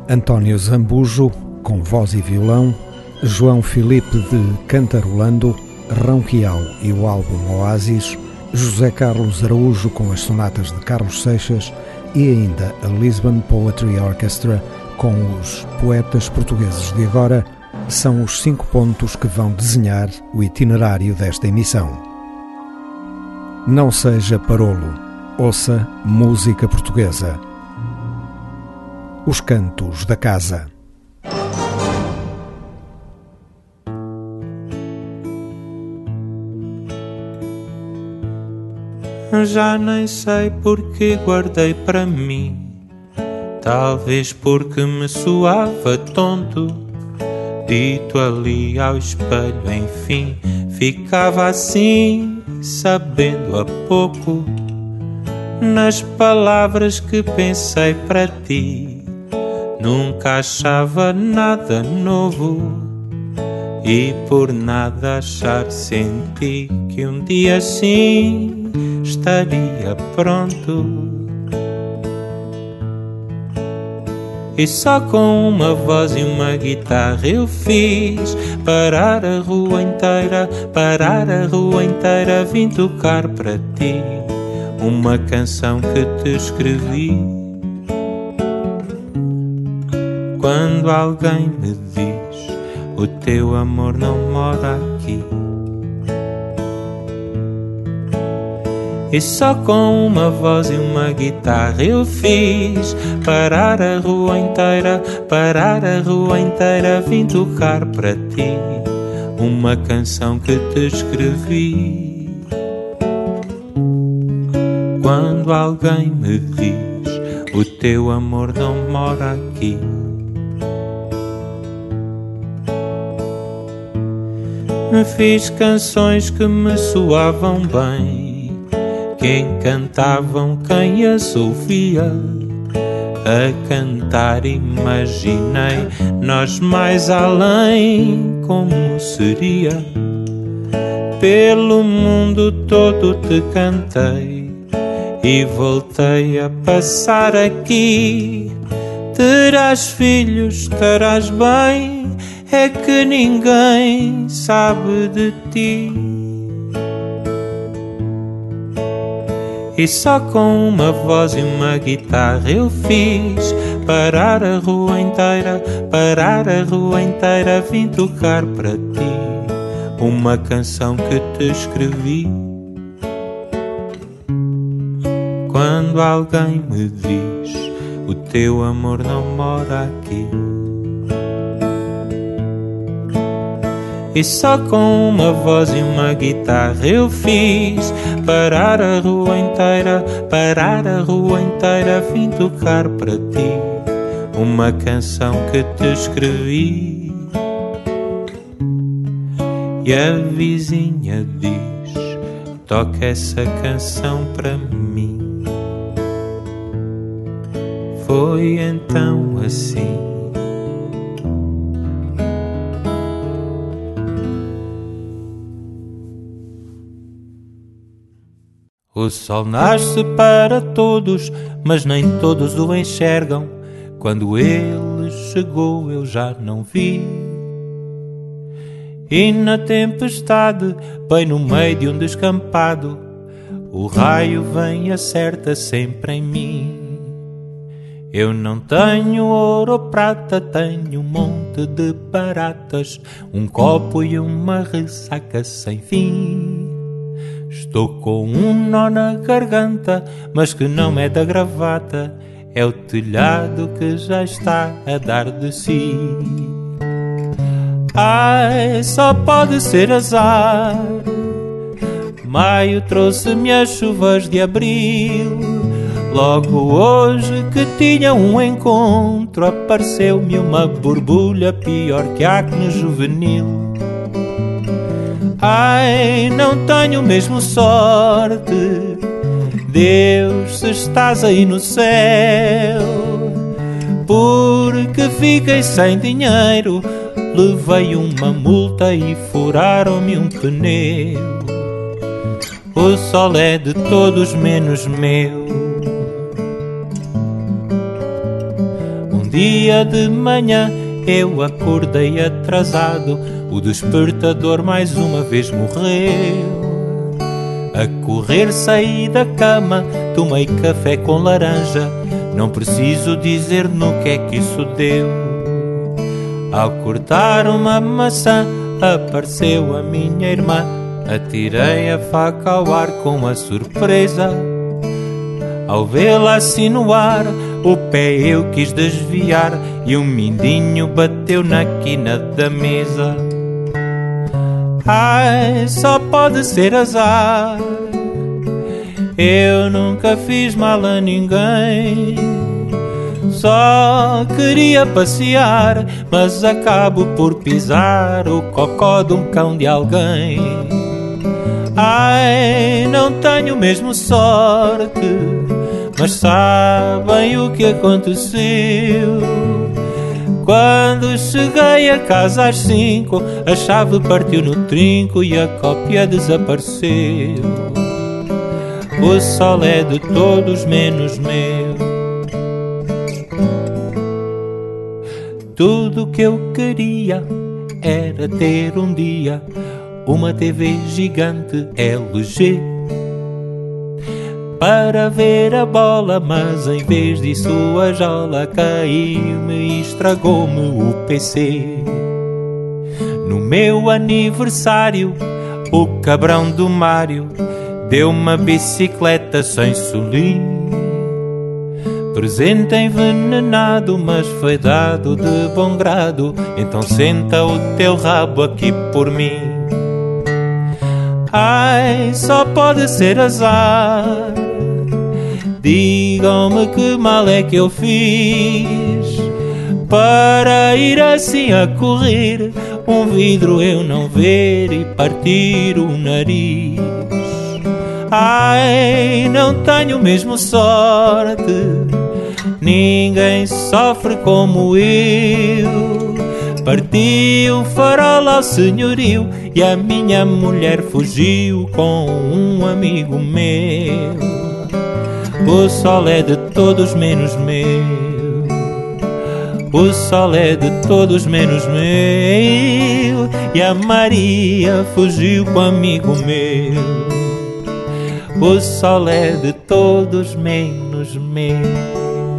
António Zambujo, com voz e violão, João Filipe de Cantarolando, Ronquial e o álbum Oásis, José Carlos Araújo com as sonatas de Carlos Seixas e ainda a Lisbon Poetry Orchestra com os poetas portugueses de agora, são os 5 pontos que vão desenhar o itinerário desta emissão. Não seja parolo, ouça música portuguesa. Os cantos da casa. Já nem sei porque guardei para mim, talvez porque me soava tonto, dito ali ao espelho, enfim, ficava assim, sabendo a pouco, nas palavras que pensei para ti, nunca achava nada novo, e por nada achar senti que um dia assim estaria pronto. E só com uma voz e uma guitarra eu fiz parar a rua inteira, vim tocar para ti uma canção que te escrevi. Quando alguém me diz o teu amor não mora aqui, e só com uma voz e uma guitarra eu fiz parar a rua inteira, vim tocar para ti uma canção que te escrevi. Quando alguém me diz o teu amor não mora aqui, fiz canções que me soavam bem, que encantavam quem as ouvia. A cantar imaginei nós mais além, como seria. Pelo mundo todo te cantei e voltei a passar aqui. Terás filhos, estarás bem, é que ninguém sabe de ti. E só com uma voz e uma guitarra eu fiz parar a rua inteira, vim tocar para ti uma canção que te escrevi. Quando alguém me diz o teu amor não mora aqui, e só com uma voz e uma guitarra eu fiz parar a rua inteira, vim tocar para ti uma canção que te escrevi. E a vizinha diz, toca essa canção para mim. Foi então assim. O sol nasce para todos, mas nem todos o enxergam. Quando ele chegou eu já não vi. E na tempestade, bem no meio de um descampado, o raio vem e acerta sempre em mim. Eu não tenho ouro ou prata, tenho um monte de baratas, um copo e uma ressaca sem fim. Estou com um nó na garganta, mas que não é da gravata, é o telhado que já está a dar de si. Ai, só pode ser azar, maio trouxe-me as chuvas de abril. Logo hoje que tinha um encontro, apareceu-me uma borbulha pior que acne juvenil. Ai, não tenho mesmo sorte, Deus, se estás aí no céu, porque fiquei sem dinheiro, levei uma multa e furaram-me um pneu. O sol é de todos menos meu. dia de manhã eu acordei atrasado, o despertador mais uma vez morreu. A correr saí da cama, tomei café com laranja, não preciso dizer no que é que isso deu. Ao cortar uma maçã, apareceu a minha irmã, atirei a faca ao ar com a surpresa. Ao vê-la assim no ar, o pé eu quis desviar e um mindinho bateu na quina da mesa. Ai, só pode ser azar, eu nunca fiz mal a ninguém. Só queria passear, mas acabo por pisar o cocó de um cão de alguém. Ai, não tenho mesmo sorte, mas sabem o que aconteceu? Quando cheguei a casa às 5, a chave partiu no trinco e a cópia desapareceu. O sol é de todos menos meu. Tudo o que eu queria era ter um dia uma TV gigante LG para ver a bola, mas em vez disso a jola caiu-me e estragou-me o PC. No meu aniversário, o cabrão do Mário deu uma bicicleta sem solim. Presente envenenado, mas foi dado de bom grado, então senta o teu rabo aqui por mim. Ai, só pode ser azar, digam-me que mal é que eu fiz para ir assim a correr, um vidro eu não ver e partir o nariz. Ai, não tenho mesmo sorte, ninguém sofre como eu. Parti o farol ao senhorio e a minha mulher fugiu com um amigo meu. O sol é de todos menos meu, o sol é de todos menos meu, e a Maria fugiu com um amigo meu. O sol é de todos menos meu.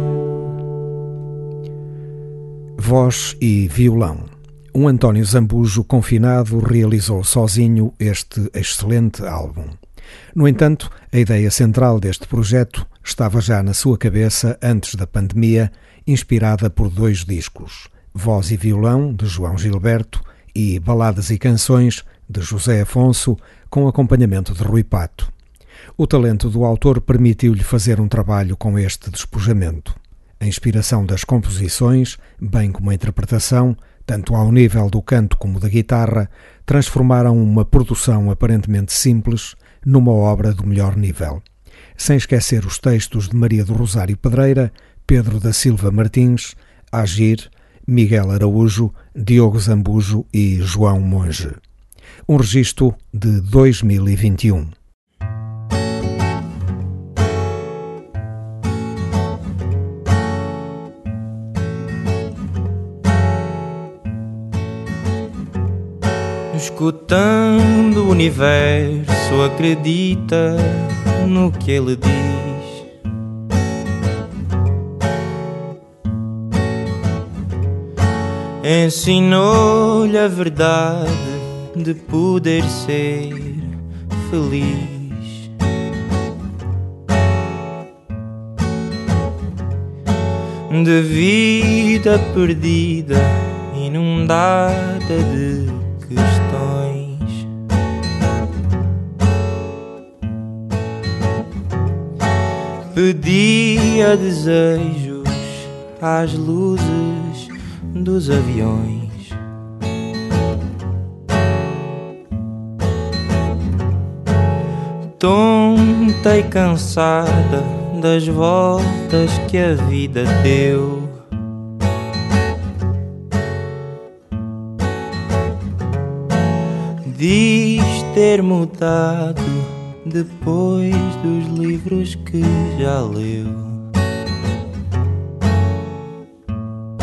Voz e violão. Um António Zambujo confinado realizou sozinho este excelente álbum. No entanto, a ideia central deste projeto estava já na sua cabeça antes da pandemia, inspirada por 2 discos, Voz e Violão, de João Gilberto, e Baladas e Canções, de José Afonso, com acompanhamento de Rui Pato. O talento do autor permitiu-lhe fazer um trabalho com este despojamento. A inspiração das composições, bem como a interpretação, tanto ao nível do canto como da guitarra, transformaram uma produção aparentemente simples numa obra do melhor nível. Sem esquecer os textos de Maria do Rosário Pedreira, Pedro da Silva Martins, Agir, Miguel Araújo, Diogo Zambujo e João Monge. Um registro de 2021. Escutando o universo, acredita no que ele diz. Ensinou-lhe a verdade de poder ser feliz. De vida perdida, inundada de questões. Pedia desejos às luzes dos aviões. Tonta e cansada das voltas que a vida deu. Diz ter mudado depois dos livros que já leu.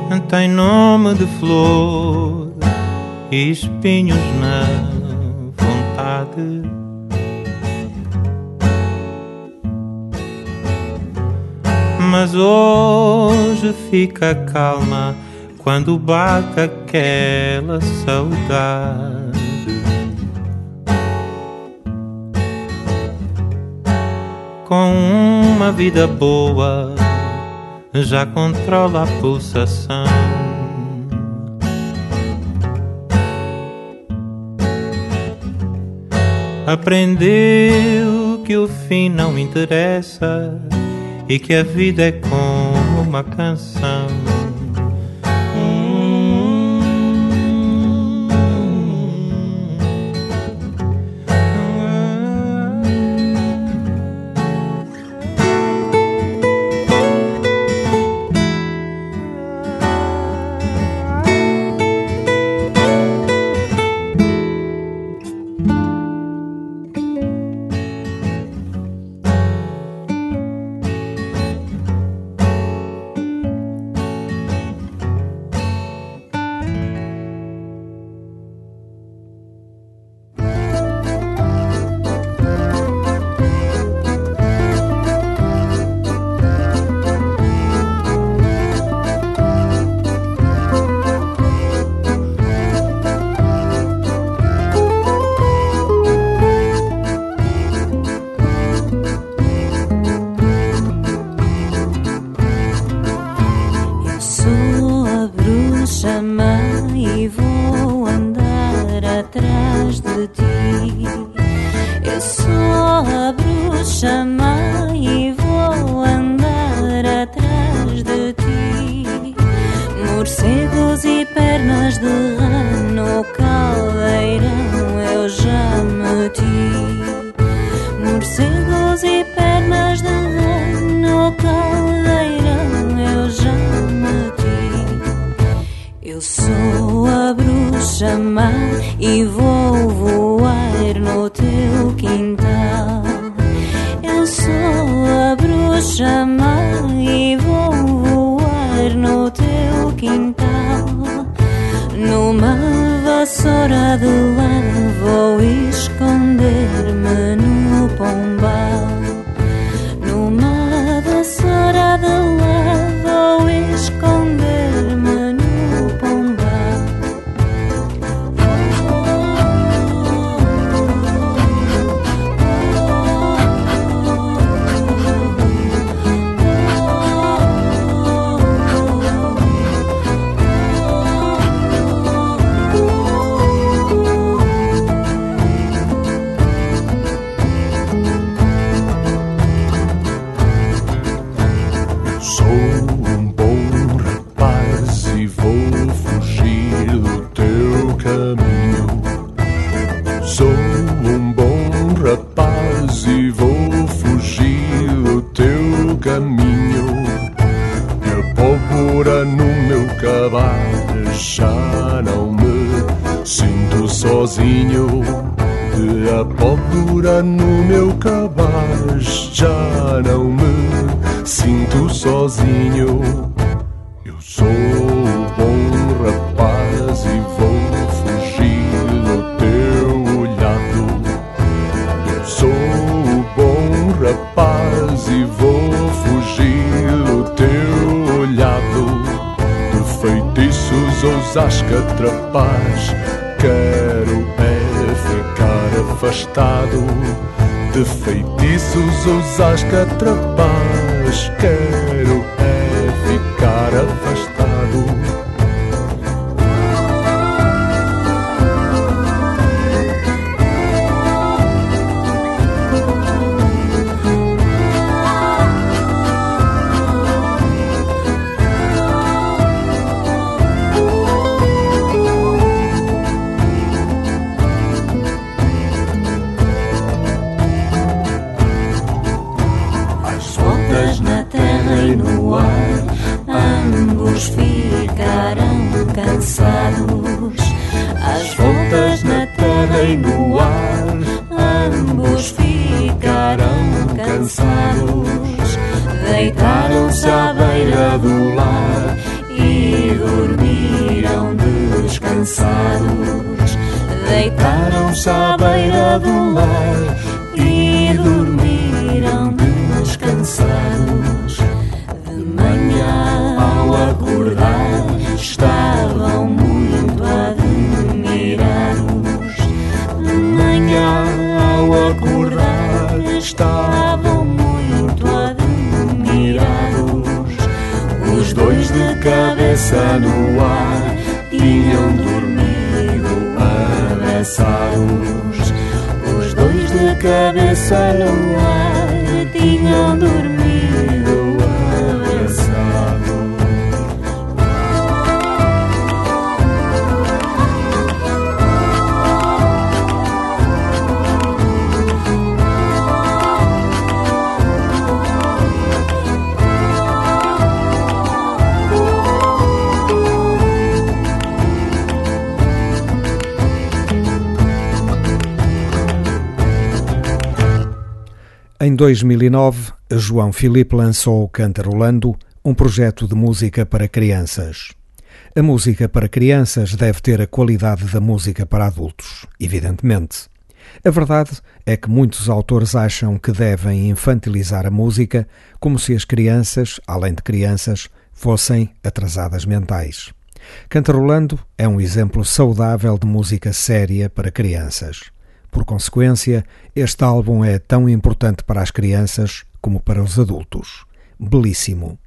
tem nome de flor e espinhos na vontade. Mas hoje fica calma quando bate aquela saudade. Com uma vida boa já controla a pulsação. Aprendeu que o fim não interessa e que a vida é como uma canção. Às catrapás, quero é ficar afastado de feitiços usas catrapás, quero é ficar afastado. Às voltas na terra e no ar, ambos ficarão cansados. Deitaram-se à beira do lar e dormiram descansados. Deitaram-se à beira do mar e dormiram descansados. De manhã ao acordar estavam muito admirados. De manhã ao acordar estavam muito admirados. Os dois de cabeça no ar tinham dormido abraçados. Os dois de cabeça no ar tinham dormido abraçados. Em 2009, João Filipe lançou Cantarolando, um projeto de música para crianças. A música para crianças deve ter a qualidade da música para adultos, evidentemente. A verdade é que muitos autores acham que devem infantilizar a música como se as crianças, além de crianças, fossem atrasadas mentais. Cantarolando é um exemplo saudável de música séria para crianças. Por consequência, este álbum é tão importante para as crianças como para os adultos. Belíssimo.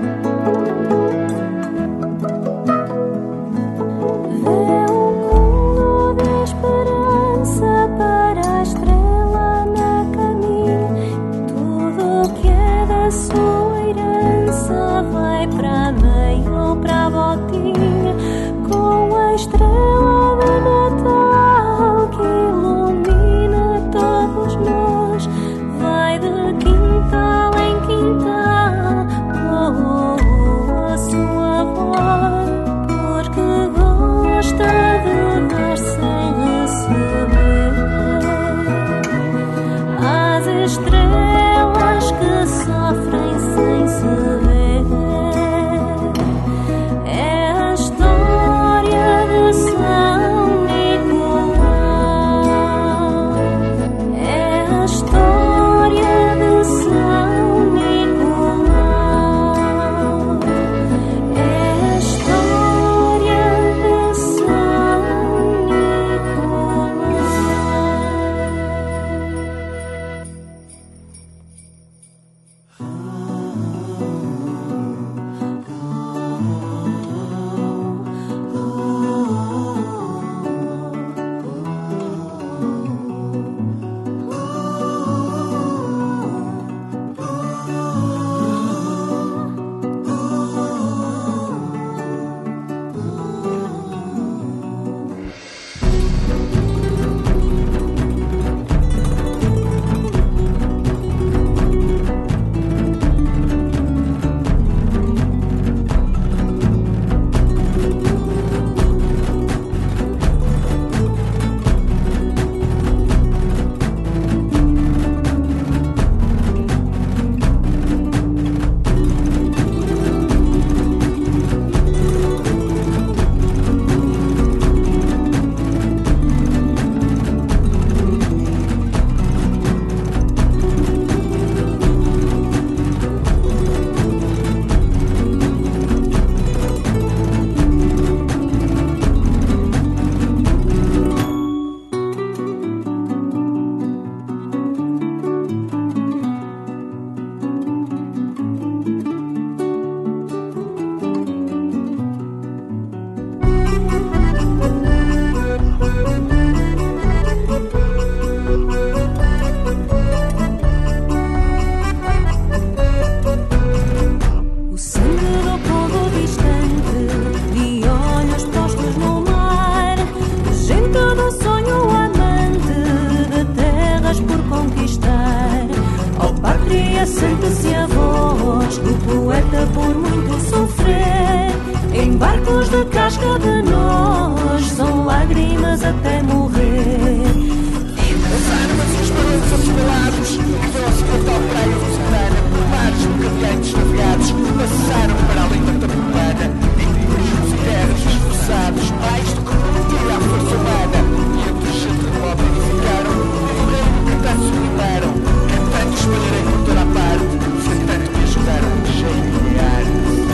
Vê um sente-se a voz do poeta por muito sofrer. Em barcos de casca de nós, são lágrimas até morrer. As armas e os barulhos acelerados, vão-se cortar o praia lusitana, por mares mercadeantes navegados, passaram para além da Tapuana, entre rios e terras esforçados, mais do que prometia a força humana, e entre gente de modo edificaram, um reino que tanto sublimaram, cantando espalharei por toda a parte, sem tanto me ajudaram a chegar.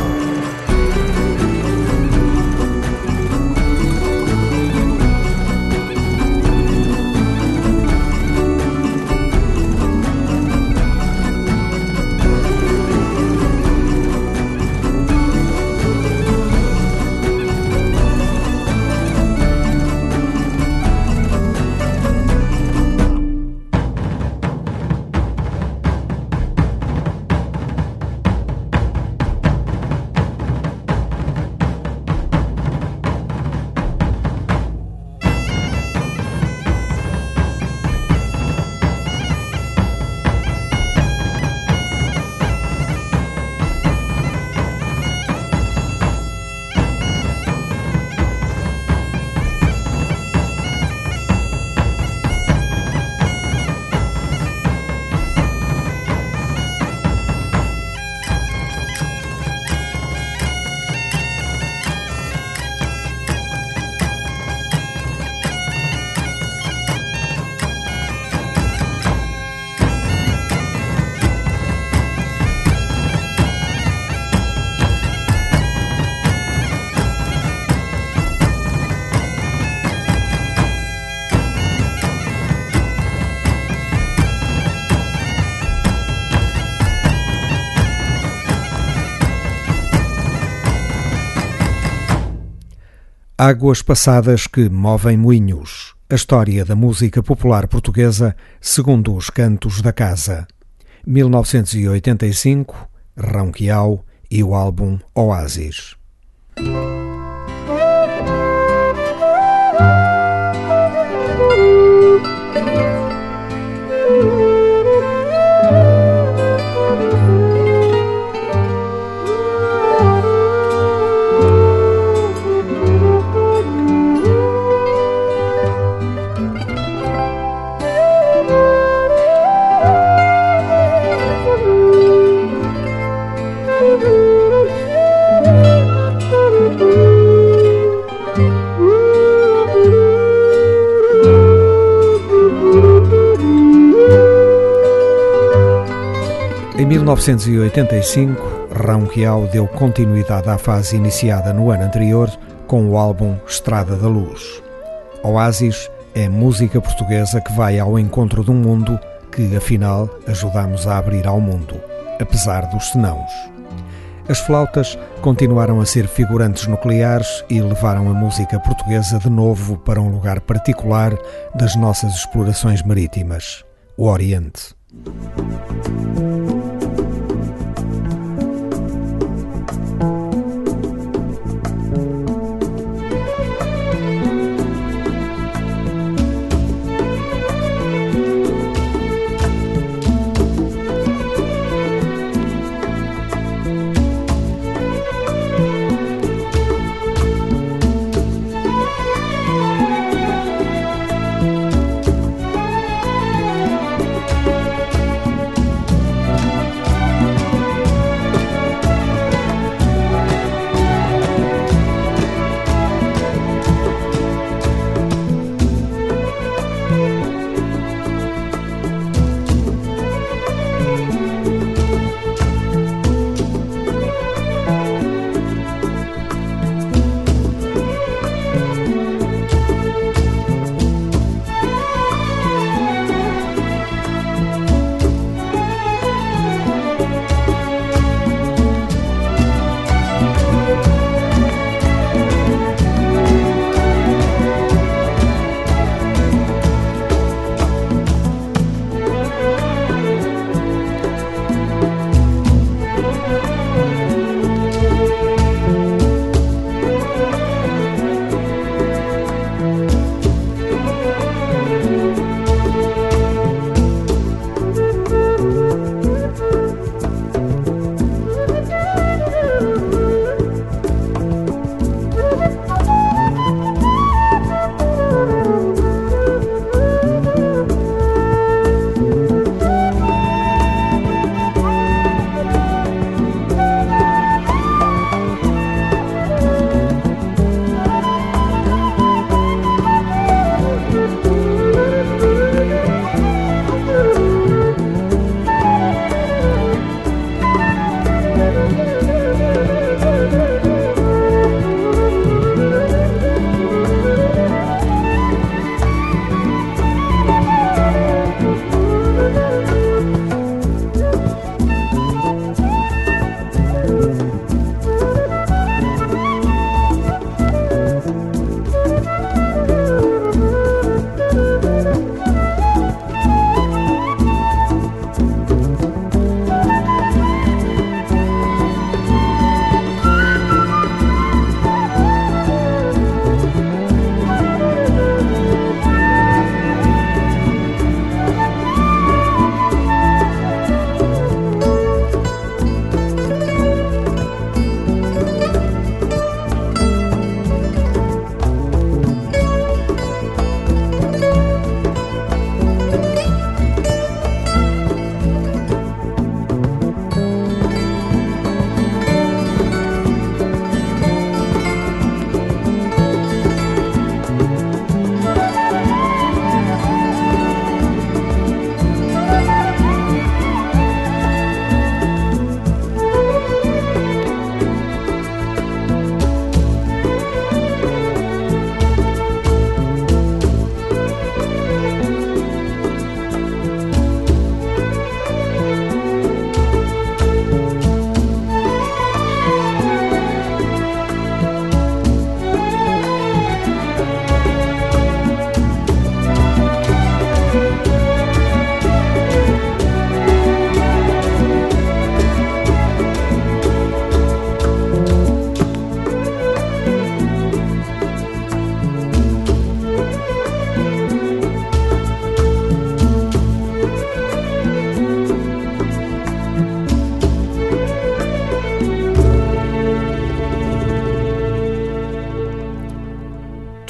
Águas passadas que movem moinhos. A história da música popular portuguesa segundo os cantos da casa. 1985, Ronquial e o álbum Oásis. Em 1985, Ronquial deu continuidade à fase iniciada no ano anterior com o álbum Estrada da Luz. Oásis é música portuguesa que vai ao encontro de um mundo que, afinal, ajudamos a abrir ao mundo, apesar dos senãos. As flautas continuaram a ser figurantes nucleares e levaram a música portuguesa de novo para um lugar particular das nossas explorações marítimas, o Oriente.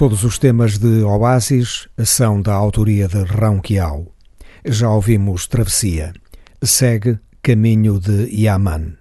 Todos os temas de Oasis são da autoria de Rão Quiao. Já ouvimos Travessia. Segue Caminho de Yaman.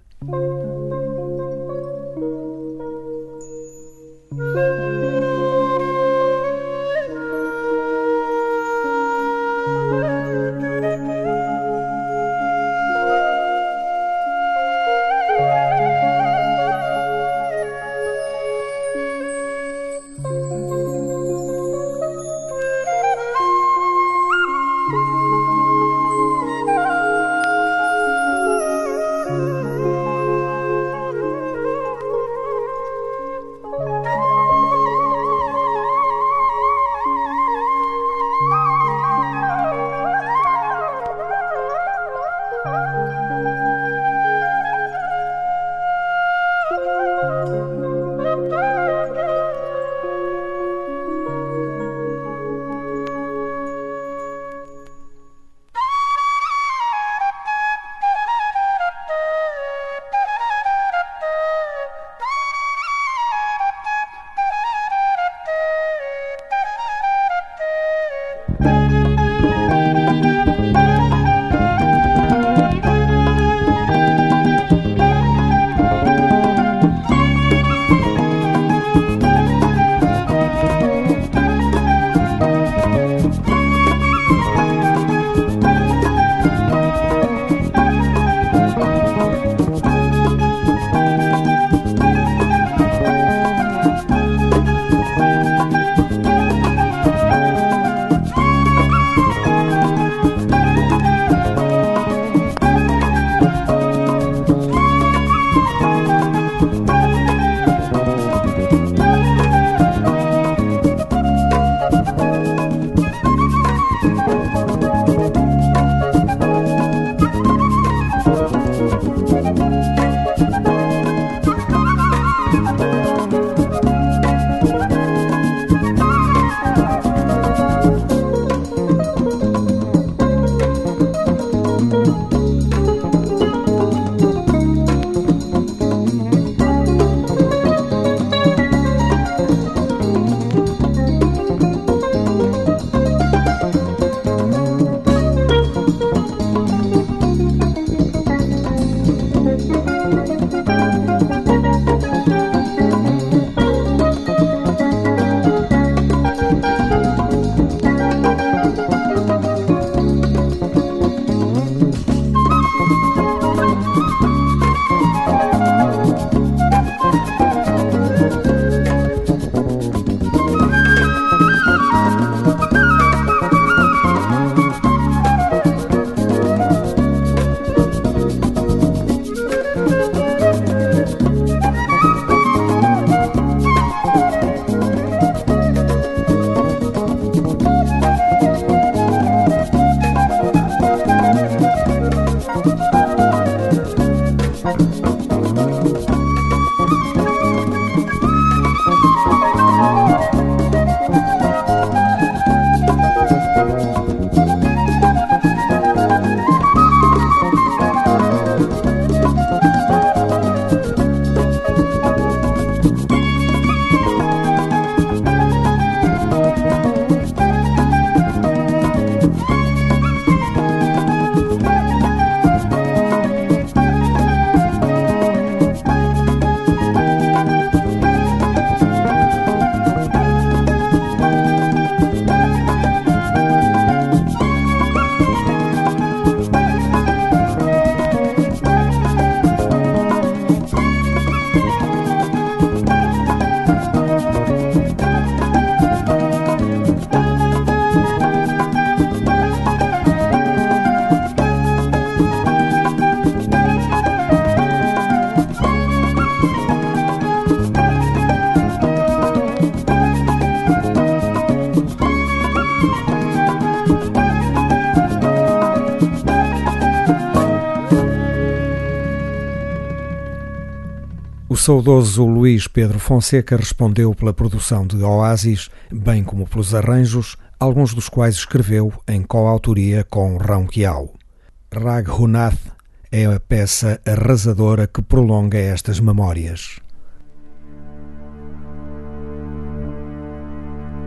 O saudoso Luís Pedro Fonseca respondeu pela produção de Oasis, bem como pelos arranjos, alguns dos quais escreveu em coautoria com Rão Quiao. Raghunath é a peça arrasadora que prolonga estas memórias.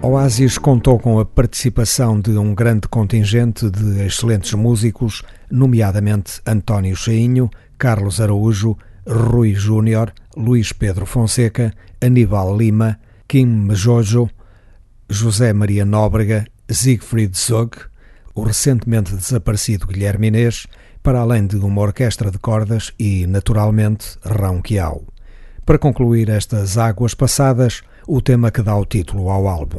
Oásis contou com a participação de um grande contingente de excelentes músicos, nomeadamente António Cheinho, Carlos Araújo, Rui Júnior, Luís Pedro Fonseca, Aníbal Lima, Kim Mejojo, José Maria Nóbrega, Siegfried Zog, o recentemente desaparecido Guilherme Inês, para além de uma orquestra de cordas e, naturalmente, Rão Quiau. Para concluir estas águas passadas, o tema que dá o título ao álbum.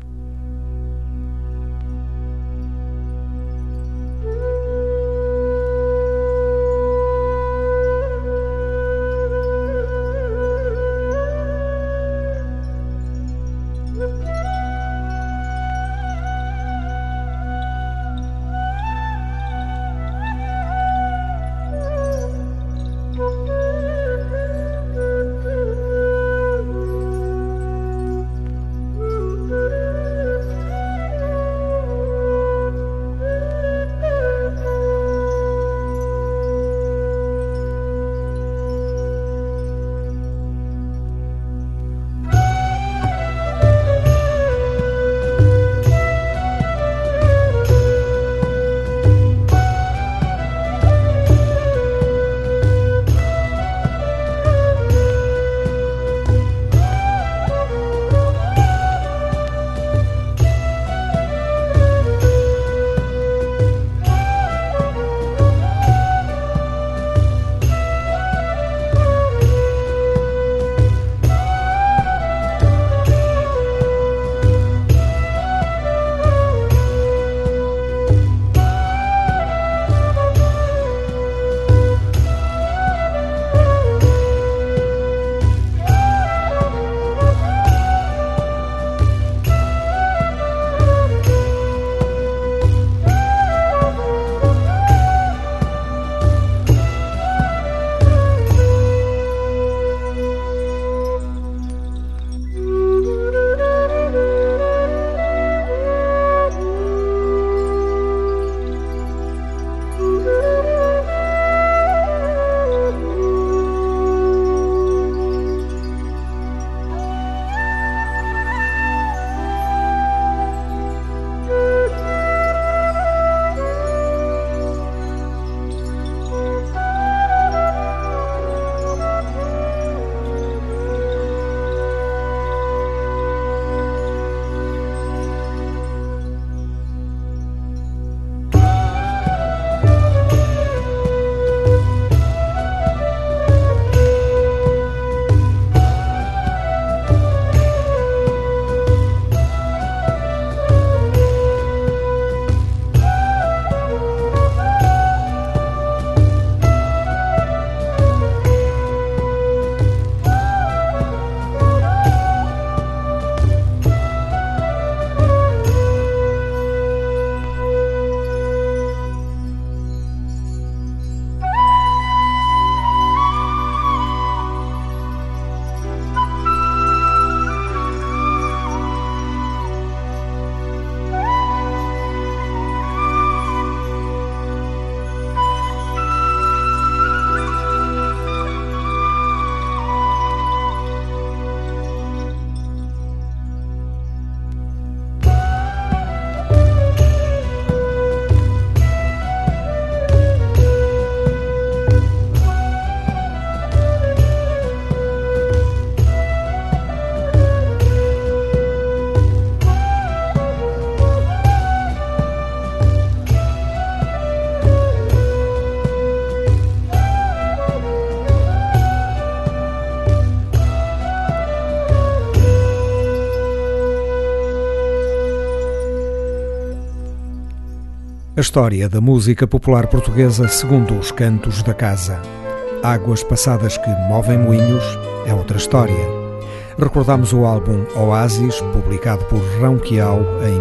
A história da música popular portuguesa segundo os cantos da casa. Águas passadas que movem moinhos é outra história. Recordamos o álbum Oásis, publicado por Rão Quiau em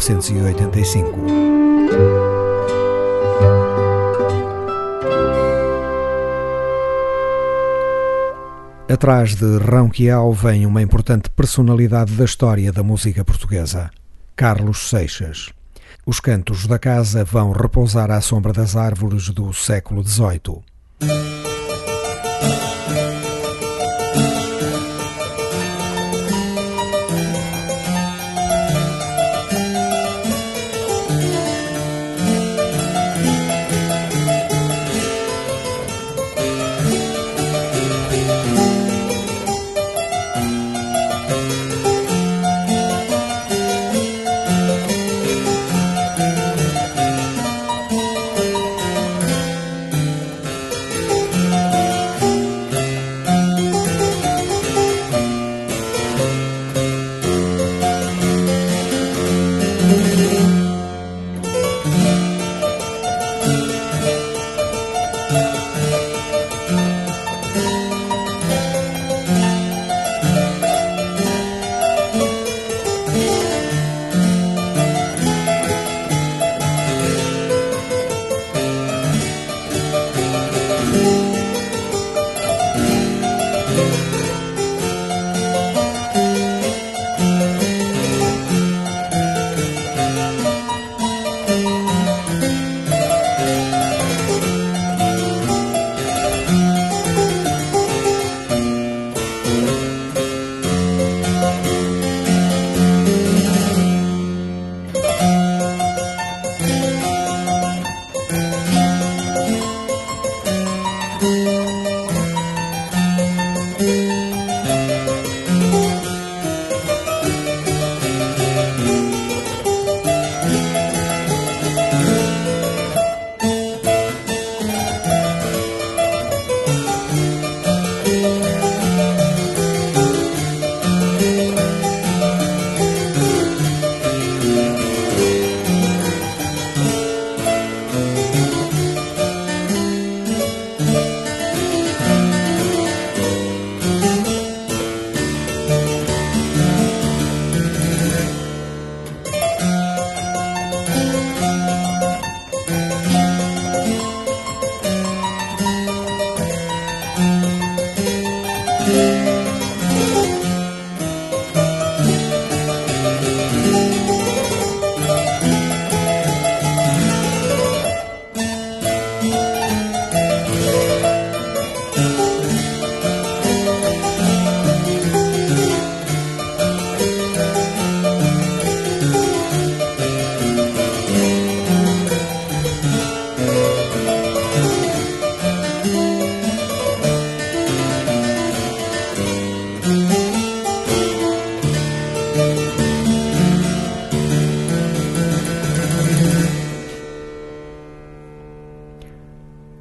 1985. Atrás de Rão Quiau vem uma importante personalidade da história da música portuguesa, Carlos Seixas. Os cantos da casa vão repousar à sombra das árvores do século XVIII.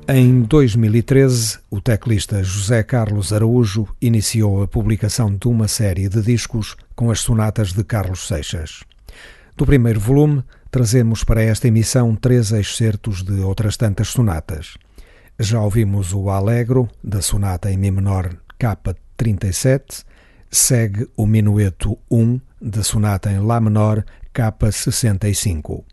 Em 2013, o teclista José Carlos Araújo iniciou a publicação de uma série de discos com as sonatas de Carlos Seixas. Do primeiro volume, trazemos para esta emissão 3 excertos de outras tantas sonatas. Já ouvimos o Allegro, da sonata em Mi menor K37, segue o Minueto 1, da sonata em Lá menor K65.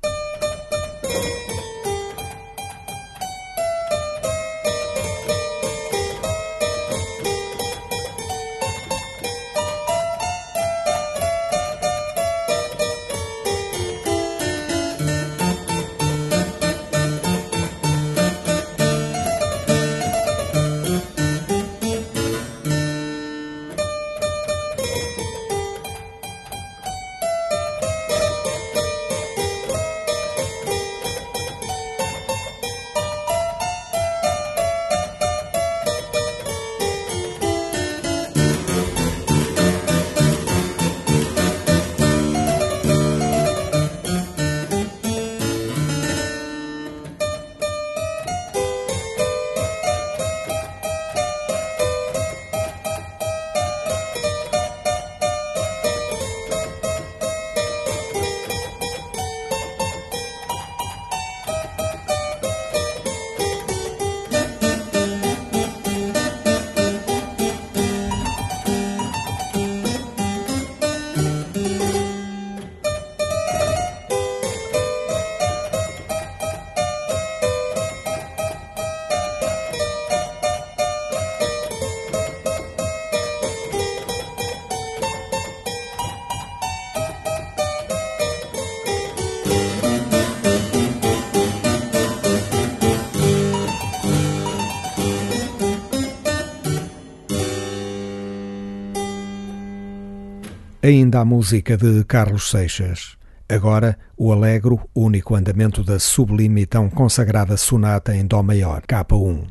Ainda a música de Carlos Seixas. Agora, o Allegro, único andamento da sublime e tão consagrada sonata em Dó maior, K1.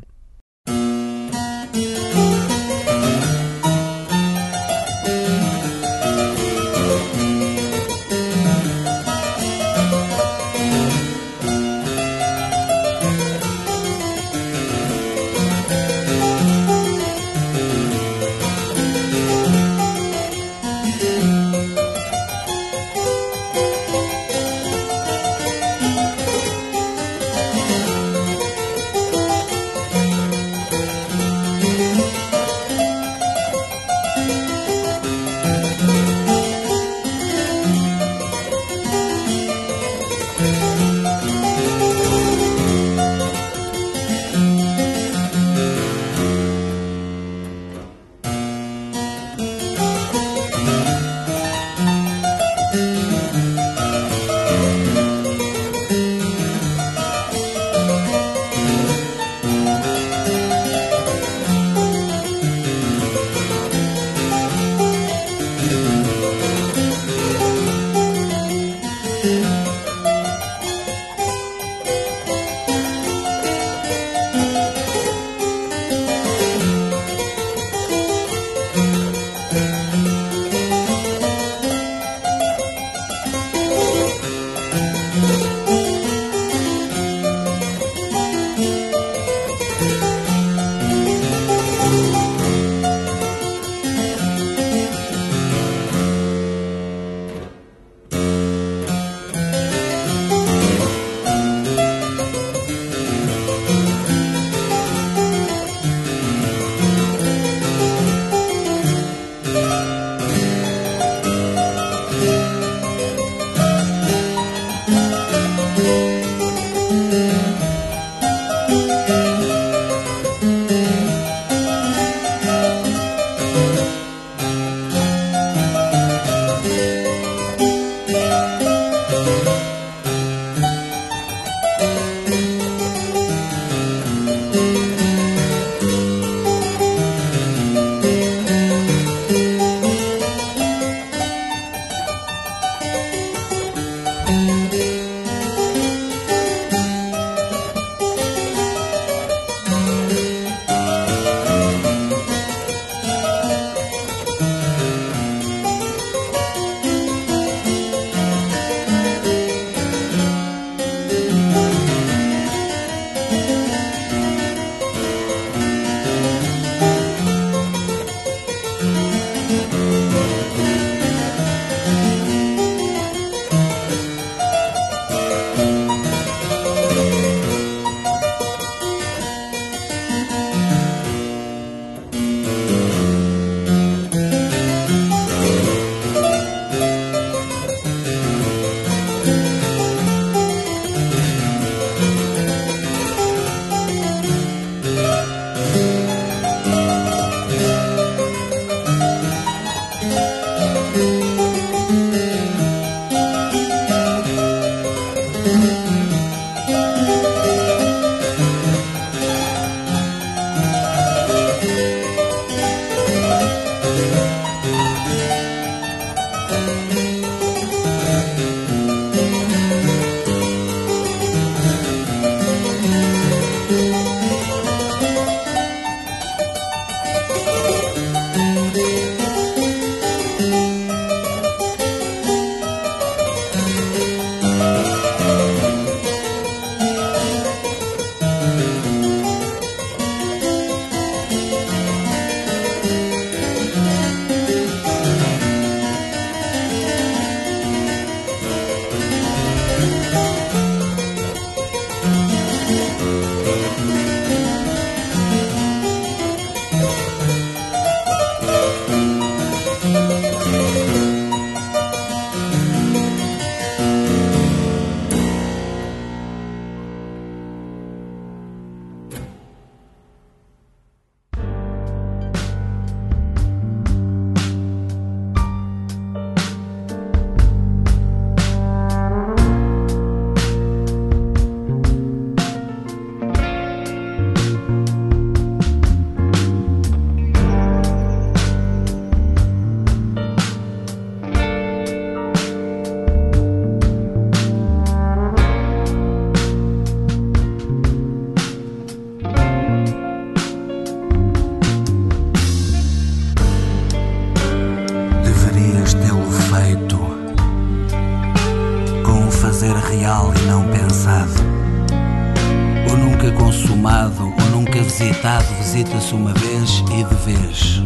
prazer real e não pensado. O nunca consumado, o nunca visitado, visita-se uma vez e de vez.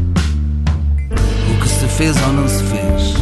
O que se fez ou não se fez.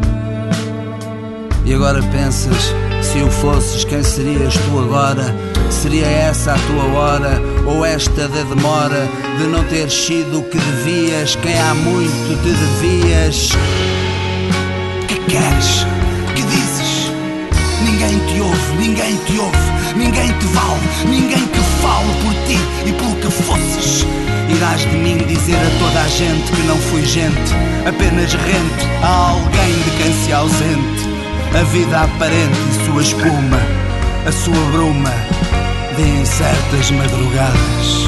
E agora pensas, se o fosses, quem serias tu agora? Seria essa a tua hora, ou esta da demora de não ter sido o que devias, quem há muito te devias? Que queres? Que dizes? Ninguém te ouve, ninguém te ouve, ninguém te vale, ninguém que fale por ti e pelo que fosses. Irás de mim dizer a toda a gente que não fui gente, apenas rente a alguém de quem se ausente. A vida aparente e sua espuma, a sua bruma de incertas madrugadas.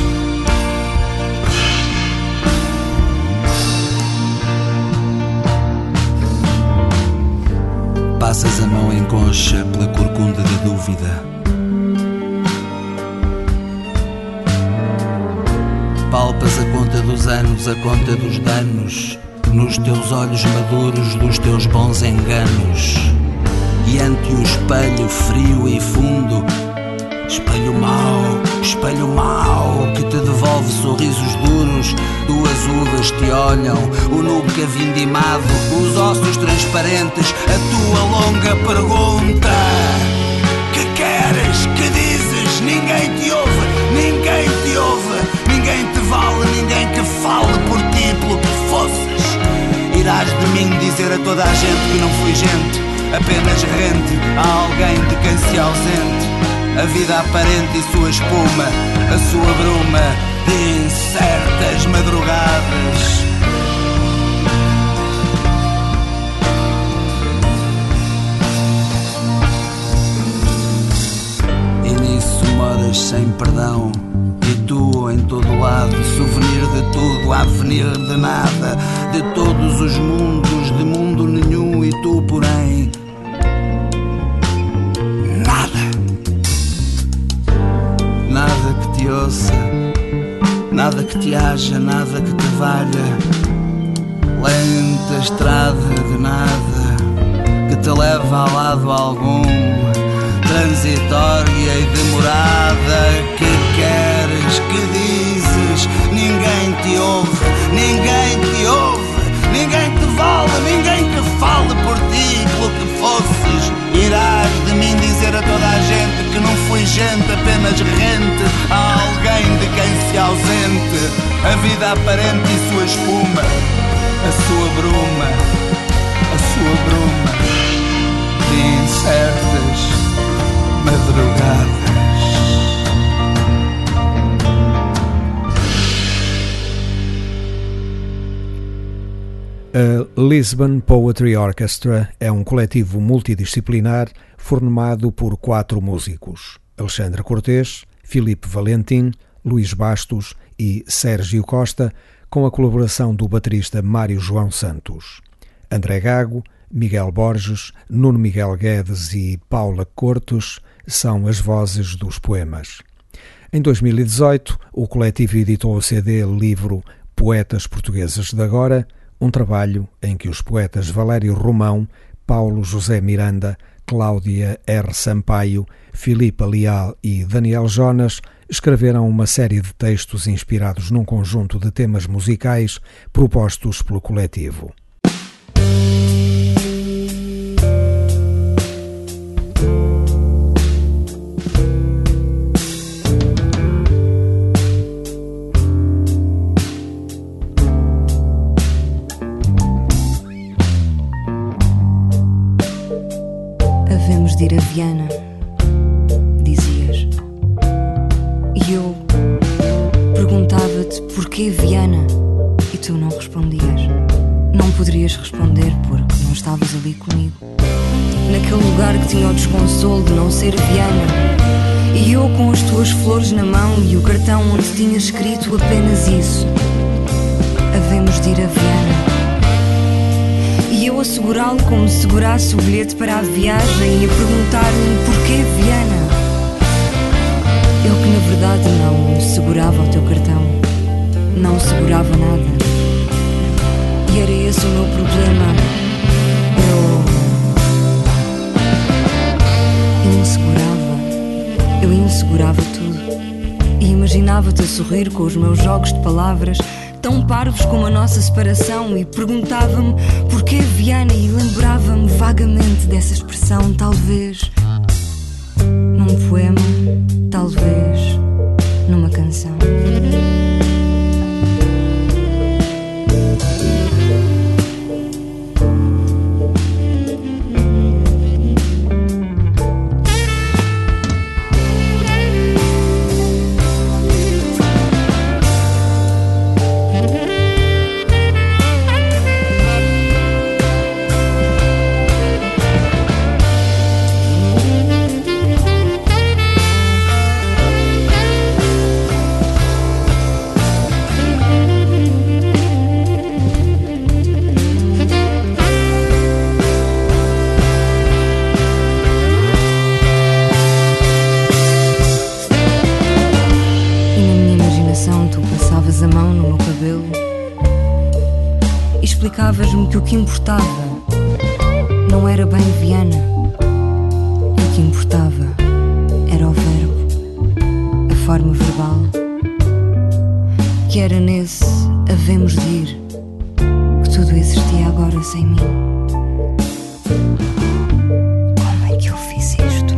Passas a mão em concha pela corcunda da dúvida. Palpas a conta dos anos, a conta dos danos, nos teus olhos maduros dos teus bons enganos. E ante o espelho frio e fundo, espelho mau, que te devolve sorrisos duros. Duas uvas te olham, o nunca vindimado, os ossos transparentes, a tua longa pergunta. Que queres? Que dizes? Ninguém te ouve, ninguém te ouve, ninguém te vale, ninguém que fale por ti pelo que fosses. Irás de mim dizer a toda a gente que não fui gente, apenas rente a alguém de quem se ausente. A vida aparente e sua espuma, a sua bruma de incertas madrugadas. E nisso moras sem perdão, e tu em todo lado, souvenir de tudo, avenir de nada, de todos os mundos, de mundo nenhum, e tu porém nada que te ouça, nada que te haja, nada que te valha. Lenta estrada de nada que te leva a lado algum, transitória e demorada. Que queres? Que dizes? Ninguém te ouve, ninguém te ouve, ninguém te vale, ninguém que fale por ti pelo que fosses. Irás de mim dizer a toda a gente que não fui gente, apenas rente a alguém de quem se ausente. A vida aparente e sua espuma, a sua bruma de incertas madrugadas. A Lisbon Poetry Orchestra é um coletivo multidisciplinar formado por 4 músicos: Alexandre Cortês, Filipe Valentim, Luís Bastos e Sérgio Costa, com a colaboração do baterista Mário João Santos. André Gago, Miguel Borges, Nuno Miguel Guedes e Paula Cortos são as vozes dos poemas. Em 2018, o coletivo editou o CD-livro Poetas Portugueses de Agora, um trabalho em que os poetas Valério Romão, Paulo José Miranda, Cláudia R. Sampaio, Filipe Leal e Daniel Jonas escreveram uma série de textos inspirados num conjunto de temas musicais propostos pelo coletivo. Havemos de ir a Viana, dizias. E eu perguntava-te porquê Viana, e tu não respondias. Não poderias responder porque não estavas ali comigo, naquele lugar que tinha o desconsolo de não ser Viana. E eu com as tuas flores na mão e o cartão onde tinha escrito apenas isso: havemos de ir a Viana. E eu a segurá-lo como se segurasse o bilhete para a viagem e a perguntar-lhe porquê Viana. Ele que na verdade não segurava o teu cartão, não segurava nada. E era esse o meu problema. elaborava tudo. E imaginava-te a sorrir com os meus jogos de palavras, tão parvos como a nossa separação, e perguntava-me porquê Viana, e lembrava-me vagamente dessa expressão, talvez num poema, talvez numa canção. Explicavas-me que o que importava não era bem Viana, o que importava era o verbo, a forma verbal, que era nesse havemos de ir, que tudo existia agora sem mim. Como é que eu fiz isto?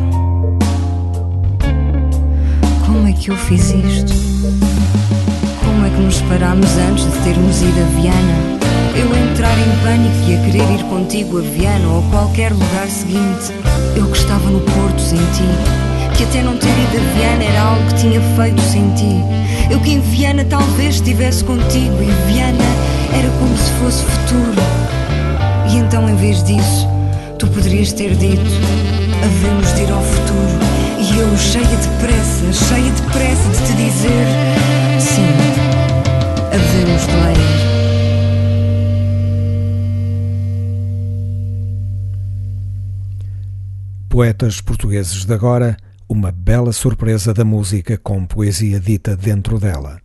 Como é que eu fiz isto? Como é que nos separámos antes de termos ido a Viana? Eu a entrar em pânico e a querer ir contigo a Viana ou a qualquer lugar seguinte. Eu que estava no Porto sem ti, que até não ter ido a Viana era algo que tinha feito sem ti. Eu que em Viana talvez estivesse contigo, e Viana era como se fosse futuro. E então, em vez disso, tu poderias ter dito: havemos de ir ao futuro. E eu, cheia de pressa de te dizer: sim, havemos de lá ir. Poetas portugueses de agora, uma bela surpresa da música com poesia dita dentro dela.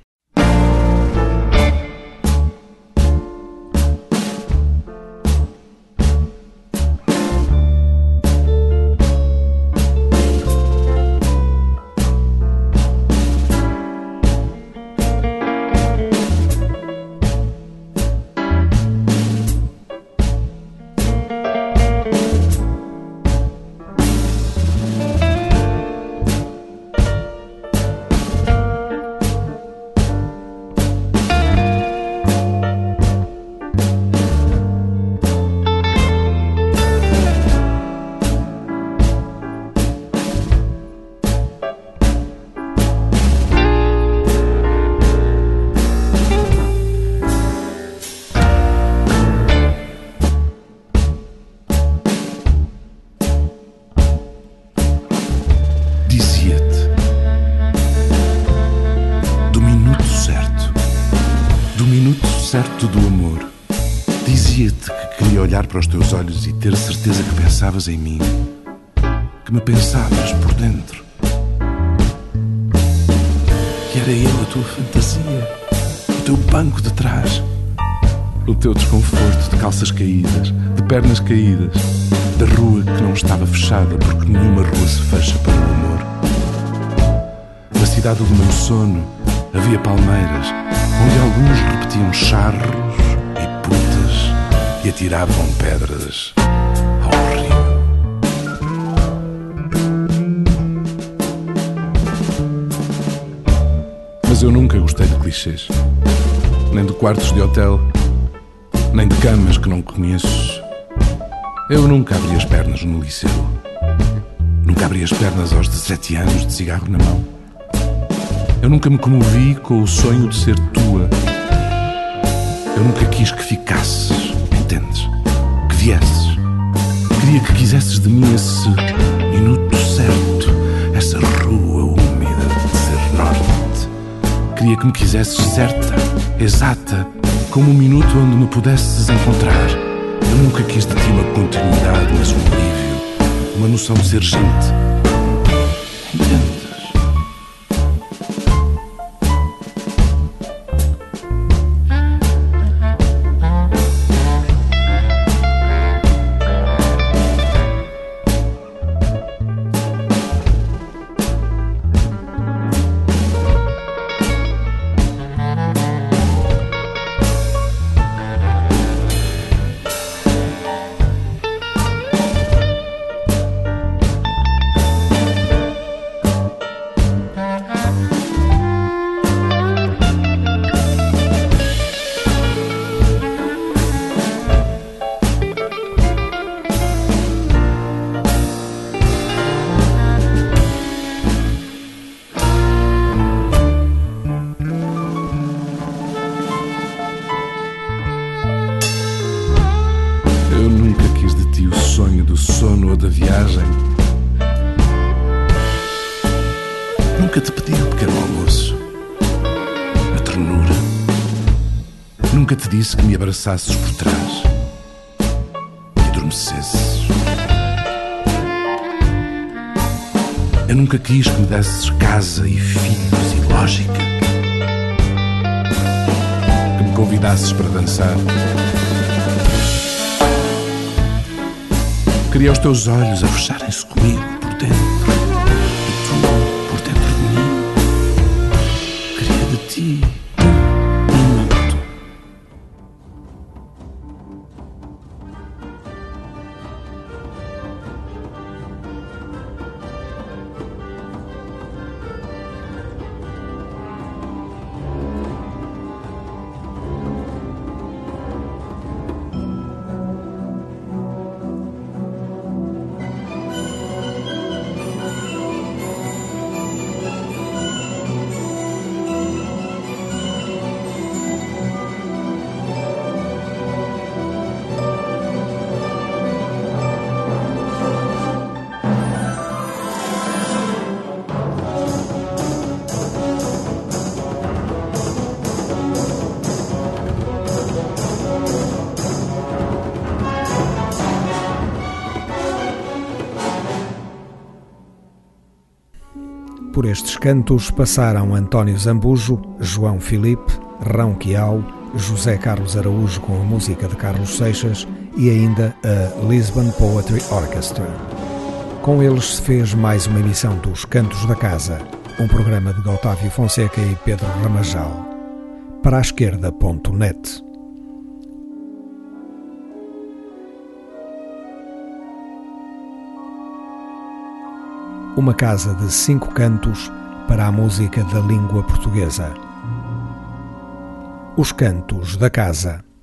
Para os teus olhos e ter certeza que pensavas em mim, que me pensavas por dentro, que era eu a tua fantasia, o teu banco de trás, o teu desconforto de calças caídas, de pernas caídas, da rua que não estava fechada porque nenhuma rua se fecha para o amor. Na cidade do meu sono havia palmeiras onde alguns repetiam charros e putas e atiravam pedras ao rio. Mas eu nunca gostei de clichês, nem de quartos de hotel, nem de camas que não conheço. Eu nunca abri as pernas no liceu, nunca abri as pernas aos 17 anos de cigarro na mão. Eu nunca me comovi com o sonho de ser tua. Eu nunca quis que ficasses, entendes? Que viesses. Queria que quisesses de mim esse minuto certo, essa rua úmida de ser norte. Queria que me quisesses certa, exata, como um minuto onde me pudesses encontrar. Eu nunca quis de ti uma continuidade, mas um alívio, uma noção de ser gente. Entendes? ou da viagem. Nunca te pedi o pequeno almoço, a ternura. Nunca te disse que me abraçasses por trás e adormecesses. Eu nunca quis que me desses casa e filhos e lógica, que me convidasses para dançar. Queria os teus olhos a fecharem-se comigo por dentro, e tu por dentro de mim. Queria de ti um minuto. Por estes cantos passaram António Zambujo, João Filipe, Rão Quiau, José Carlos Araújo com a música de Carlos Seixas e ainda a Lisbon Poetry Orchestra. Com eles se fez mais uma emissão dos Cantos da Casa, um programa de Otávio Fonseca e Pedro Ramajal. Para a esquerda.net. Uma casa de 5 cantos para a música da língua portuguesa. Os Cantos da Casa.